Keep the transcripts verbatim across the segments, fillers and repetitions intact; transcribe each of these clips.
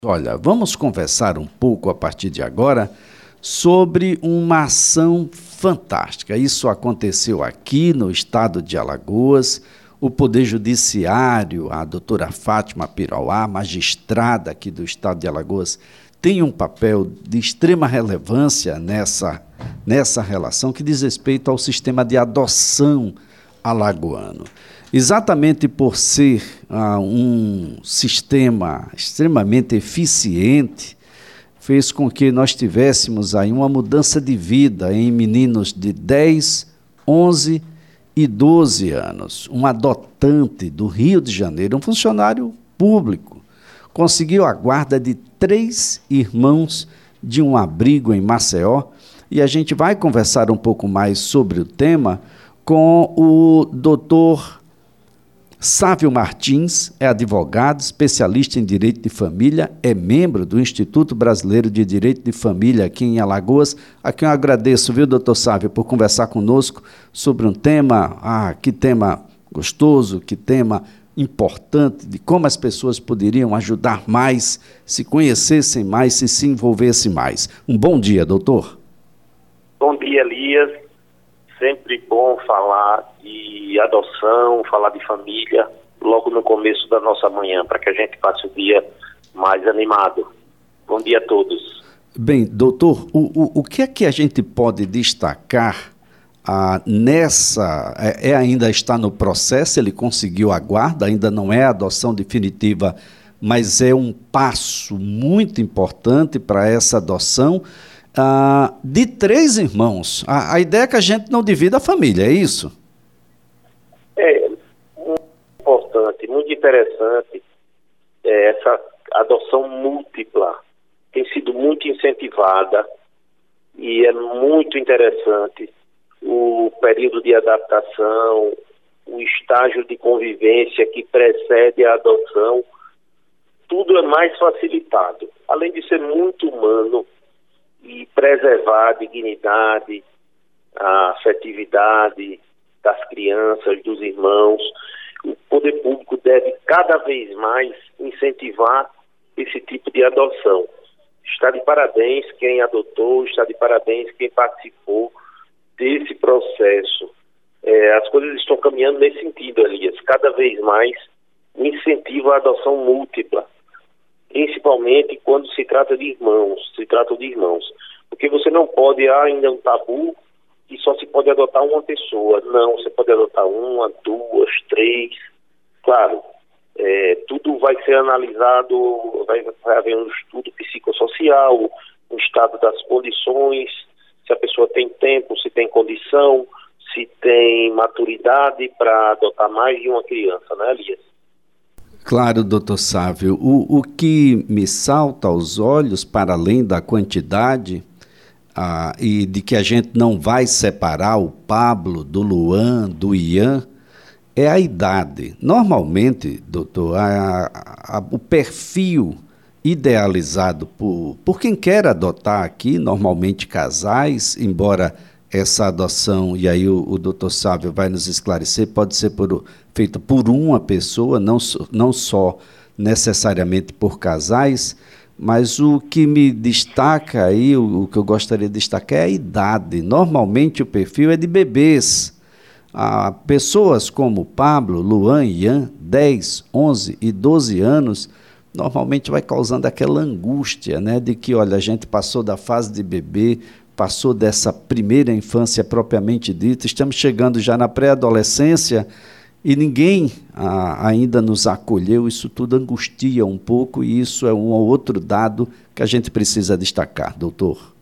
Olha, vamos conversar um pouco a partir de agora sobre uma ação fantástica. Isso aconteceu aqui no estado de Alagoas. O Poder Judiciário, a doutora Fátima Pirauá, magistrada aqui do estado de Alagoas, tem um papel de extrema relevância nessa, nessa relação que diz respeito ao sistema de adoção alagoano. Exatamente por ser ah, um sistema extremamente eficiente, fez com que nós tivéssemos aí uma mudança de vida em meninos de dez, onze e doze anos. Um adotante do Rio de Janeiro, um funcionário público, conseguiu a guarda de três irmãos de um abrigo em Maceió, e a gente vai conversar um pouco mais sobre o tema com o doutor Sávio Martins. É advogado, especialista em direito de família, é membro do Instituto Brasileiro de Direito de Família aqui em Alagoas, a quem eu agradeço, viu, doutor Sávio, por conversar conosco sobre um tema, ah, que tema gostoso, que tema importante, de como as pessoas poderiam ajudar mais, se conhecessem mais, se se envolvessem mais. Um bom dia, doutor. Bom dia, Elias. Sempre bom falar de adoção, falar de família, logo no começo da nossa manhã, para que a gente passe o dia mais animado. Bom dia a todos. Bem, doutor, o, o, o que é que a gente pode destacar ah, nessa... É, é, ainda está no processo, ele conseguiu a guarda, ainda não é a adoção definitiva, mas é um passo muito importante para essa adoção. Ah, de três irmãos. A, a ideia é que a gente não divida a família, é isso? É muito importante, muito interessante é, essa adoção múltipla. Tem sido muito incentivada e é muito interessante o período de adaptação, o estágio de convivência que precede a adoção. Tudo é mais facilitado. Além de ser muito humano, e preservar a dignidade, a afetividade das crianças, dos irmãos. O poder público deve cada vez mais incentivar esse tipo de adoção. Está de parabéns quem adotou, está de parabéns quem participou desse processo. É, as coisas estão caminhando nesse sentido, Elias. Cada vez mais incentiva a adoção múltipla, principalmente quando se trata de irmãos, se trata de irmãos. Porque você não pode, há ainda um tabu que só se pode adotar uma pessoa. Não, você pode adotar uma, duas, três. Claro, é, tudo vai ser analisado, vai, vai haver um estudo psicossocial, um estado das condições, se a pessoa tem tempo, se tem condição, se tem maturidade para adotar mais de uma criança, né, Elias? Claro, doutor Sávio. O, o que me salta aos olhos, para além da quantidade, ah, e de que a gente não vai separar o Pablo do Luan, do Ian, é a idade. Normalmente, doutor, a, a, o perfil idealizado por, por quem quer adotar aqui, normalmente casais, embora essa adoção, e aí o, o doutor Sávio vai nos esclarecer, pode ser por, feita por uma pessoa, não, não só necessariamente por casais, mas o que me destaca aí, o, o que eu gostaria de destacar é a idade. Normalmente o perfil é de bebês. Ah, pessoas como Pablo, Luan e Ian, dez, onze e doze anos, normalmente vai causando aquela angústia, né, de que, olha, a gente passou da fase de bebê, passou dessa primeira infância propriamente dita, estamos chegando já na pré-adolescência e ninguém ah, ainda nos acolheu. Isso tudo angustia um pouco e isso é um ou outro dado que a gente precisa destacar, doutor.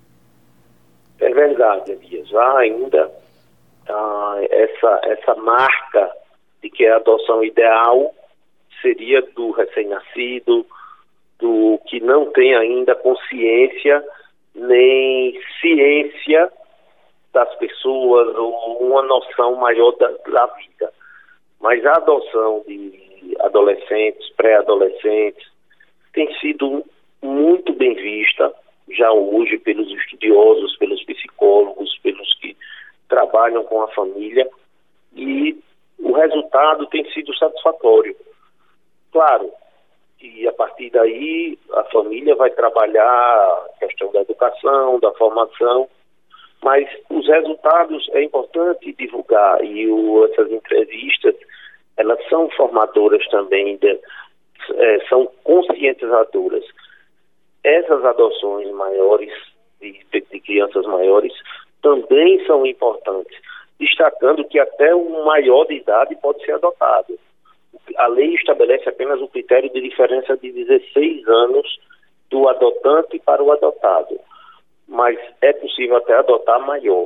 É verdade, Elias. Há ainda ah, essa, essa marca de que a adoção ideal seria do recém-nascido, do que não tem ainda consciência nem ciência das pessoas ou uma noção maior da, da vida. Mas a adoção de adolescentes, pré-adolescentes, tem sido muito bem vista já hoje pelos estudiosos, pelos psicólogos, pelos que trabalham com a família, e o resultado tem sido satisfatório. Claro que a partir partir daí, a família vai trabalhar a questão da educação, da formação, mas os resultados é importante divulgar, e o, essas entrevistas, elas são formadoras também, de, é, são conscientizadoras. Essas adoções maiores, de, de crianças maiores, também são importantes, destacando que até o maior de idade pode ser adotado. A lei estabelece apenas o critério de diferença de dezesseis anos do adotante para o adotado, mas é possível até adotar maior.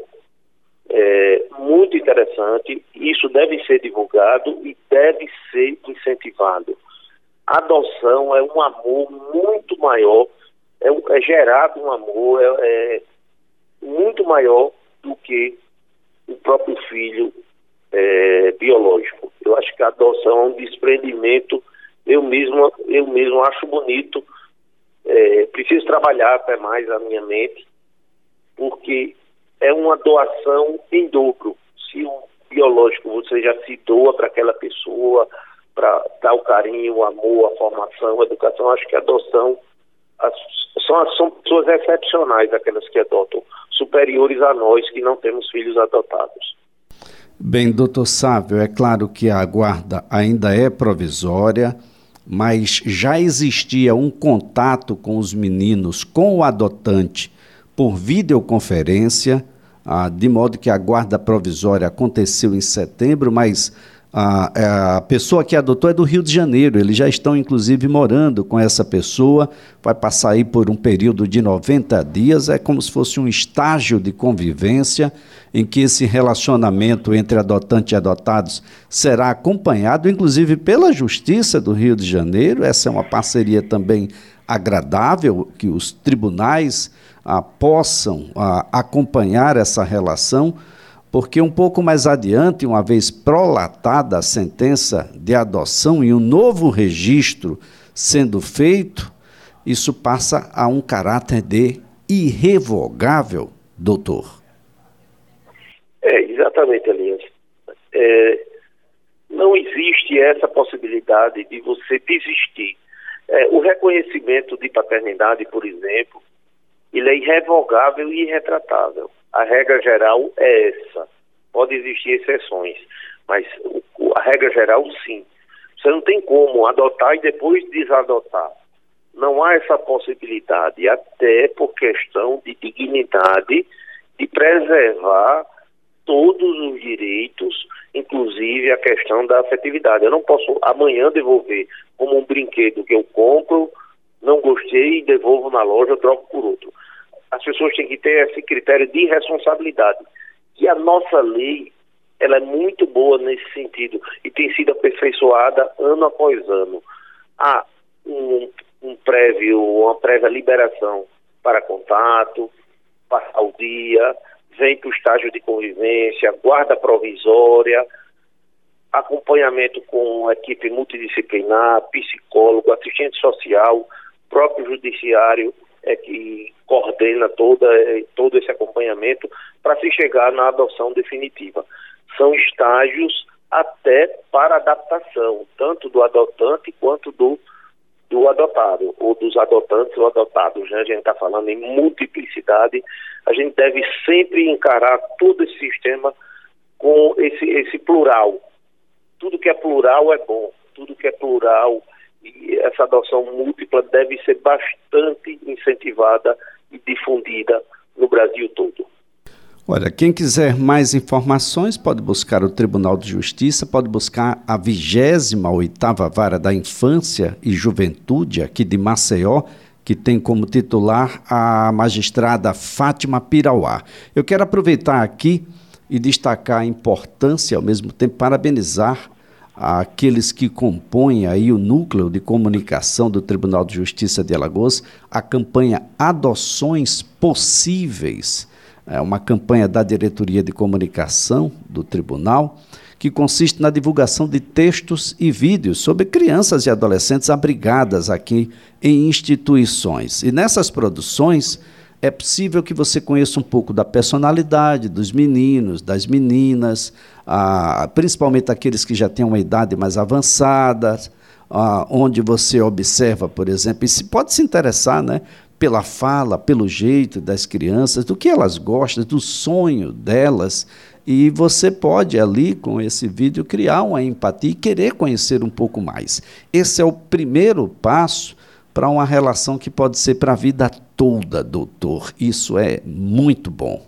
É muito interessante, isso deve ser divulgado e deve ser incentivado. A adoção é um amor muito maior, é, é gerado um amor é, é muito maior do que o próprio filho é, biológico. Eu acho que a adoção é um desprendimento, eu mesmo, eu mesmo acho bonito, é, preciso trabalhar até mais a minha mente, porque é uma doação em dobro. Se o biológico você já se doa para aquela pessoa, para dar o carinho, o amor, a formação, a educação, acho que a adoção as, são, são pessoas excepcionais aquelas que adotam, superiores a nós que não temos filhos adotados. Bem, doutor Sávio, é claro que a guarda ainda é provisória, mas já existia um contato com os meninos, com o adotante, por videoconferência, ah, de modo que a guarda provisória aconteceu em setembro, mas a, a pessoa que adotou é do Rio de Janeiro, eles já estão inclusive morando com essa pessoa, vai passar aí por um período de noventa dias, é como se fosse um estágio de convivência, em que esse relacionamento entre adotante e adotados será acompanhado, inclusive pela Justiça do Rio de Janeiro. Essa é uma parceria também agradável, que os tribunais ah, possam ah, acompanhar essa relação, porque um pouco mais adiante, uma vez prolatada a sentença de adoção e um novo registro sendo feito, isso passa a um caráter de irrevogável, doutor. É, exatamente, Elias. É, não existe essa possibilidade de você desistir. É, o reconhecimento de paternidade, por exemplo, ele é irrevogável e irretratável. A regra geral é essa. Pode existir exceções, mas o, a regra geral, sim. Você não tem como adotar e depois desadotar. Não há essa possibilidade, até por questão de dignidade, de preservar todos os direitos, inclusive a questão da afetividade. Eu não posso amanhã devolver como um brinquedo que eu compro, não gostei e devolvo na loja, eu troco por outro. As pessoas têm que ter esse critério de responsabilidade. E a nossa lei, ela é muito boa nesse sentido e tem sido aperfeiçoada ano após ano. Há um, um prévio, uma prévia liberação para contato, passar o dia, vem para o estágio de convivência, guarda provisória, acompanhamento com equipe multidisciplinar, psicólogo, assistente social, próprio judiciário é que coordena toda, todo esse acompanhamento para se chegar na adoção definitiva. São estágios até para adaptação, tanto do adotante quanto do, do adotado, ou dos adotantes ou adotados, né? A gente está falando em multiplicidade. A gente deve sempre encarar todo esse sistema com esse, esse plural. Tudo que é plural é bom, tudo que é plural, e essa adoção múltipla deve ser bastante incentivada e difundida no Brasil todo. Olha, quem quiser mais informações pode buscar o Tribunal de Justiça, pode buscar a vigésima oitava Vara da Infância e Juventude aqui de Maceió, que tem como titular a magistrada Fátima Pirauá. Eu quero aproveitar aqui e destacar a importância, ao mesmo tempo parabenizar aqueles que compõem aí o núcleo de comunicação do Tribunal de Justiça de Alagoas, a campanha Adoções Possíveis, é uma campanha da Diretoria de Comunicação do Tribunal, que consiste na divulgação de textos e vídeos sobre crianças e adolescentes abrigadas aqui em instituições. E nessas produções é possível que você conheça um pouco da personalidade dos meninos, das meninas, ah, principalmente aqueles que já têm uma idade mais avançada, ah, onde você observa, por exemplo, e se pode se interessar, né, pela fala, pelo jeito das crianças, do que elas gostam, do sonho delas, e você pode ali, com esse vídeo, criar uma empatia e querer conhecer um pouco mais. Esse é o primeiro passo para uma relação que pode ser para a vida toda, doutor. Isso é muito bom.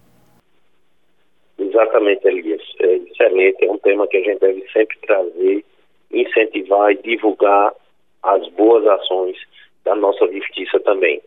Exatamente, Elias. É excelente. É um tema que a gente deve sempre trazer, incentivar e divulgar as boas ações da nossa justiça também.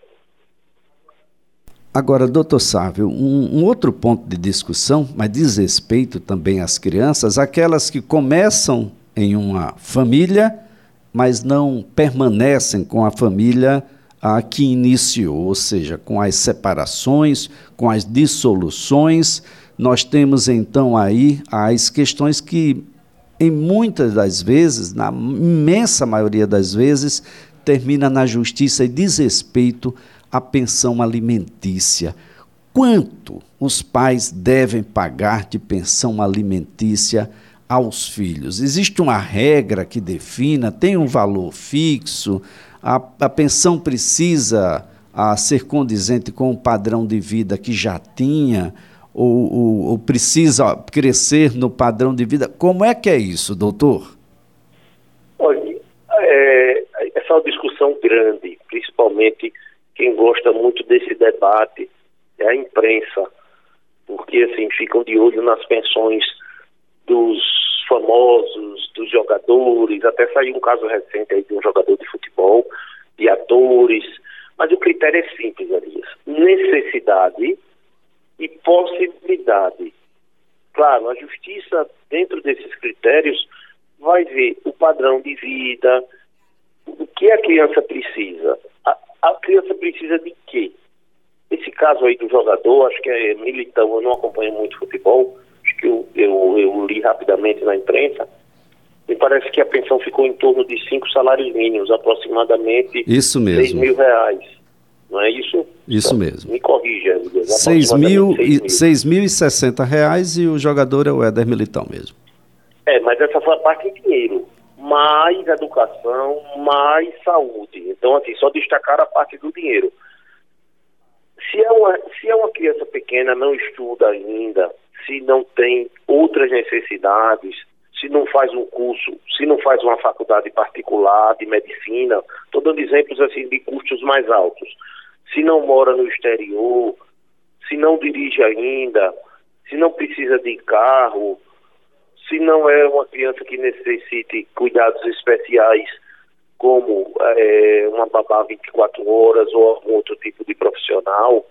Agora, doutor Sávio, um, um outro ponto de discussão, mas diz respeito também às crianças, aquelas que começam em uma família, mas não permanecem com a família a que iniciou, ou seja, com as separações, com as dissoluções. Nós temos então aí as questões que, em muitas das vezes, na imensa maioria das vezes, termina na justiça e diz respeito à pensão alimentícia. Quanto os pais devem pagar de pensão alimentícia aos filhos? Existe uma regra que defina, tem um valor fixo, a, a pensão precisa a, ser condizente com o padrão de vida que já tinha, ou, ou, ou precisa crescer no padrão de vida? Como é que é isso, doutor? Olha, é, essa é uma discussão grande, principalmente quem gosta muito desse debate é a imprensa, porque assim ficam de olho nas pensões dos famosos, dos jogadores, até saiu um caso recente aí de um jogador de futebol, de atores, mas o critério é simples, Elias. Necessidade e possibilidade. Claro, a justiça, dentro desses critérios, vai ver o padrão de vida, o que a criança precisa. A, a criança precisa de quê? Esse caso aí do jogador, acho que é Militão, eu não acompanho muito futebol, acho que eu, eu, eu li rapidamente na imprensa, me parece que a pensão ficou em torno de cinco salários mínimos, aproximadamente isso mesmo. seis mil reais. Não é isso? Isso mesmo. Me corrija. seis mil e sessenta reais e o jogador é o Éder Militão mesmo. É, mas essa foi a parte em dinheiro. Mais educação, mais saúde. Então, assim, só destacar a parte do dinheiro. Se é uma, se é uma criança pequena, não estuda ainda, se não tem outras necessidades, se não faz um curso, se não faz uma faculdade particular de medicina, estou dando exemplos assim de custos mais altos, se não mora no exterior, se não dirige ainda, se não precisa de carro, se não é uma criança que necessite cuidados especiais, como é, uma babá vinte e quatro horas ou algum outro tipo de profissional,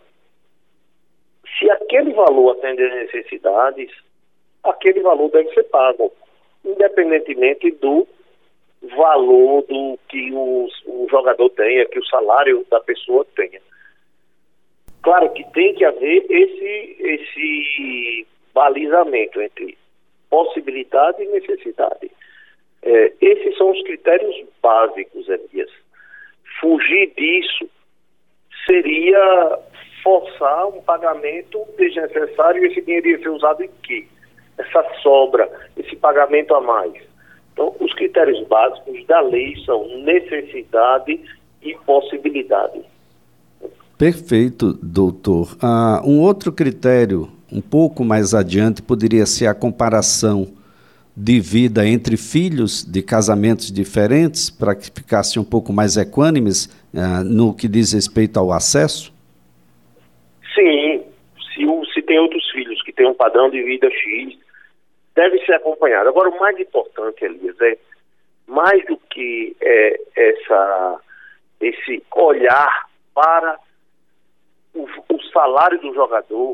se aquele valor atende às necessidades, aquele valor deve ser pago, independentemente do valor do que o, o jogador tenha, que o salário da pessoa tenha. Claro que tem que haver esse, esse balizamento entre possibilidade e necessidade. É, esses são os critérios básicos, Elias. Fugir disso seria forçar um pagamento desnecessário, e esse dinheiro ia ser usado em quê? Essa sobra, esse pagamento a mais. Então, os critérios básicos da lei são necessidade e possibilidade. Perfeito, doutor. Ah, um outro critério, um pouco mais adiante, poderia ser a comparação de vida entre filhos de casamentos diferentes, para que ficassem um pouco mais equânimes ah, no que diz respeito ao acesso? Sim, se, o, se tem outros filhos que têm um padrão de vida X, deve ser acompanhado. Agora, o mais importante, Elias, é mais do que é, essa, esse olhar para o, o salário do jogador,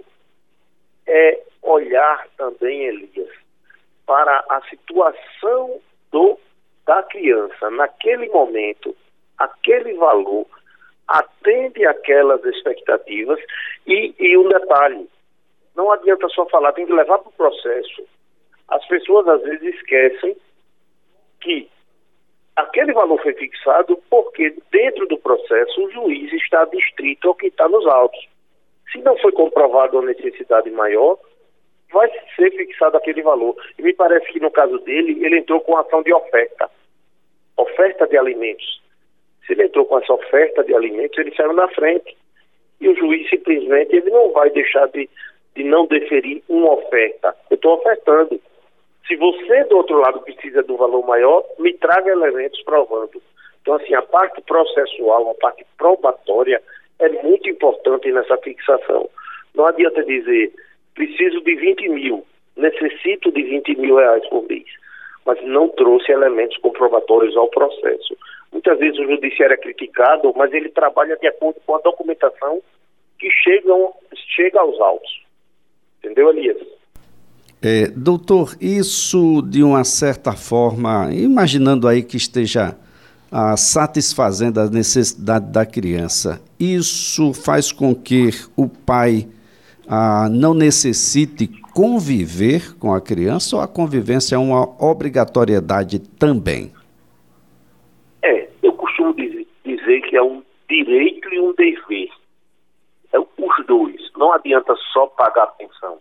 é olhar também, Elias, para a situação do, da criança. Naquele momento, aquele valor atende aquelas expectativas e, e um detalhe, não adianta só falar, tem que levar para o processo. As pessoas às vezes esquecem que aquele valor foi fixado porque dentro do processo o juiz está adstrito ao que está nos autos. Se não foi comprovado uma necessidade maior, vai ser fixado aquele valor. E me parece que no caso dele, ele entrou com ação de oferta. oferta de alimentos. Se ele entrou com essa oferta de alimentos, ele saiu na frente. E o juiz simplesmente ele não vai deixar de, de não deferir uma oferta. Eu estou ofertando. Se você, do outro lado, precisa de um valor maior, me traga elementos provando. Então, assim, a parte processual, a parte probatória é muito importante nessa fixação. Não adianta dizer, preciso de vinte mil, necessito de vinte mil reais por mês, mas não trouxe elementos comprobatórios ao processo. Muitas vezes o judiciário é criticado, mas ele trabalha de acordo com a documentação que chegam, chega aos autos. Entendeu, Elias? É, doutor, isso de uma certa forma, imaginando aí que esteja ah, satisfazendo a necessidade da criança, isso faz com que o pai ah, não necessite conviver com a criança ou a convivência é uma obrigatoriedade também? É, eu costumo dizer, dizer que é um direito e um dever. É os dois. Não adianta só pagar a pensão.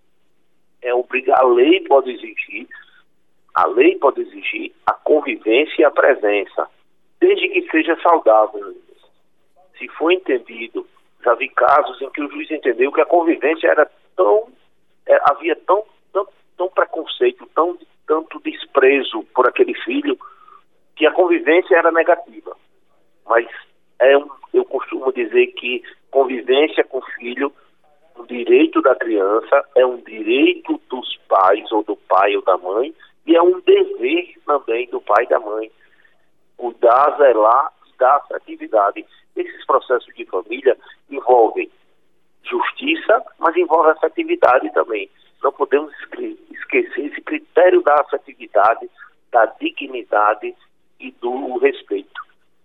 É obrigar, a lei pode exigir, a lei pode exigir a convivência e a presença, desde que seja saudável. Se for entendido, já vi casos em que o juiz entendeu que a convivência era tão, é, havia tão, tão, tão preconceito, tão, tanto desprezo por aquele filho, que a convivência era negativa. Mas é um, eu costumo dizer que convivência com o filho, um direito da criança, é um direito dos pais, ou do pai ou da mãe, e é um dever também do pai e da mãe. Cuidar, zelar e dar afetividade. Esses processos de família envolvem justiça, mas envolvem afetividade também. Não podemos esquecer esse critério da afetividade, da dignidade e do respeito.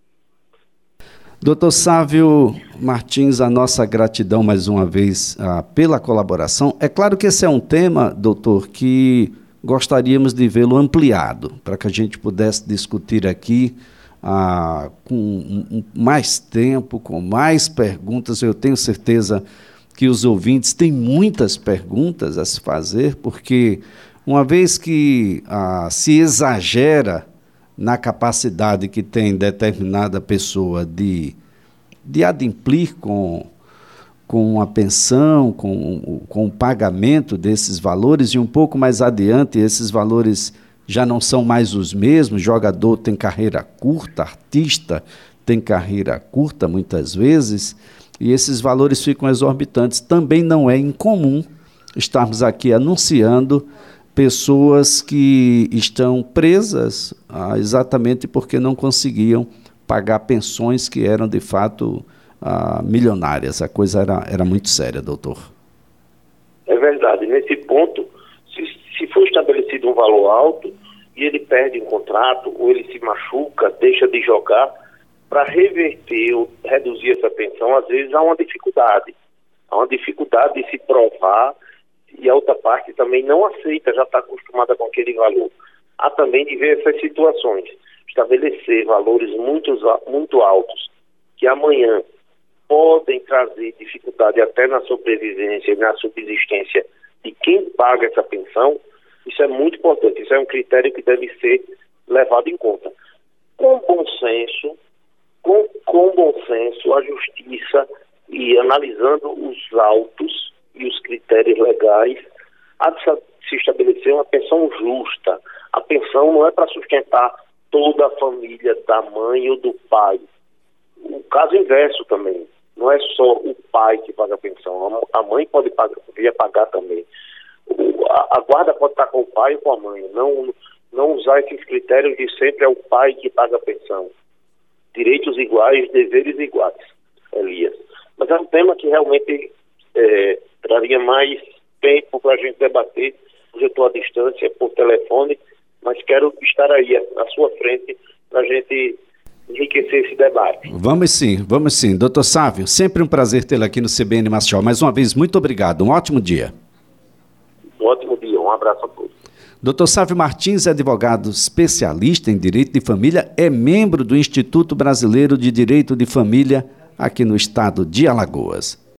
Doutor Sávio Martins, a nossa gratidão mais uma vez ah, pela colaboração. É claro que esse é um tema, doutor, que gostaríamos de vê-lo ampliado, para que a gente pudesse discutir aqui ah, com um, um, mais tempo, com mais perguntas. Eu tenho certeza que os ouvintes têm muitas perguntas a se fazer, porque uma vez que ah, se exagera na capacidade que tem determinada pessoa de, de adimplir com, com a pensão, com, com o pagamento desses valores, e um pouco mais adiante esses valores já não são mais os mesmos, jogador tem carreira curta, artista tem carreira curta muitas vezes, e esses valores ficam exorbitantes. Também não é incomum estarmos aqui anunciando pessoas que estão presas ah, exatamente porque não conseguiam pagar pensões que eram, de fato, ah, milionárias. A coisa era, era muito séria, doutor. É verdade. Nesse ponto, se, se for estabelecido um valor alto e ele perde um contrato ou ele se machuca, deixa de jogar, para reverter ou reduzir essa pensão, às vezes há uma dificuldade. Há uma dificuldade de se provar, e a outra parte também não aceita, já está acostumada com aquele valor. Há também diversas situações. Estabelecer valores muito, muito altos, que amanhã podem trazer dificuldade até na sobrevivência e na subsistência de quem paga essa pensão, isso é muito importante. Isso é um critério que deve ser levado em conta. Com bom senso, com, com bom senso, a justiça, e analisando os autos e os critérios legais, há de se estabelecer uma pensão justa. A pensão não é para sustentar toda a família da mãe ou do pai. O caso inverso também. Não é só o pai que paga a pensão. A mãe pode pagar, poderia pagar também. O, a, a guarda pode estar com o pai ou com a mãe. Não, não usar esses critérios de sempre é o pai que paga a pensão. Direitos iguais, deveres iguais, Elias. Mas é um tema que realmente é, traria mais tempo para a gente debater. Hoje eu estou à distância por telefone, mas quero estar aí à sua frente para a gente enriquecer esse debate. Vamos sim, vamos sim. Doutor Sávio, sempre um prazer tê-lo aqui no C B N Maceió. Mais uma vez, muito obrigado. Um ótimo dia. Um ótimo dia. Um abraço a todos. doutor Sávio Martins é advogado especialista em Direito de Família, é membro do Instituto Brasileiro de Direito de Família aqui no estado de Alagoas.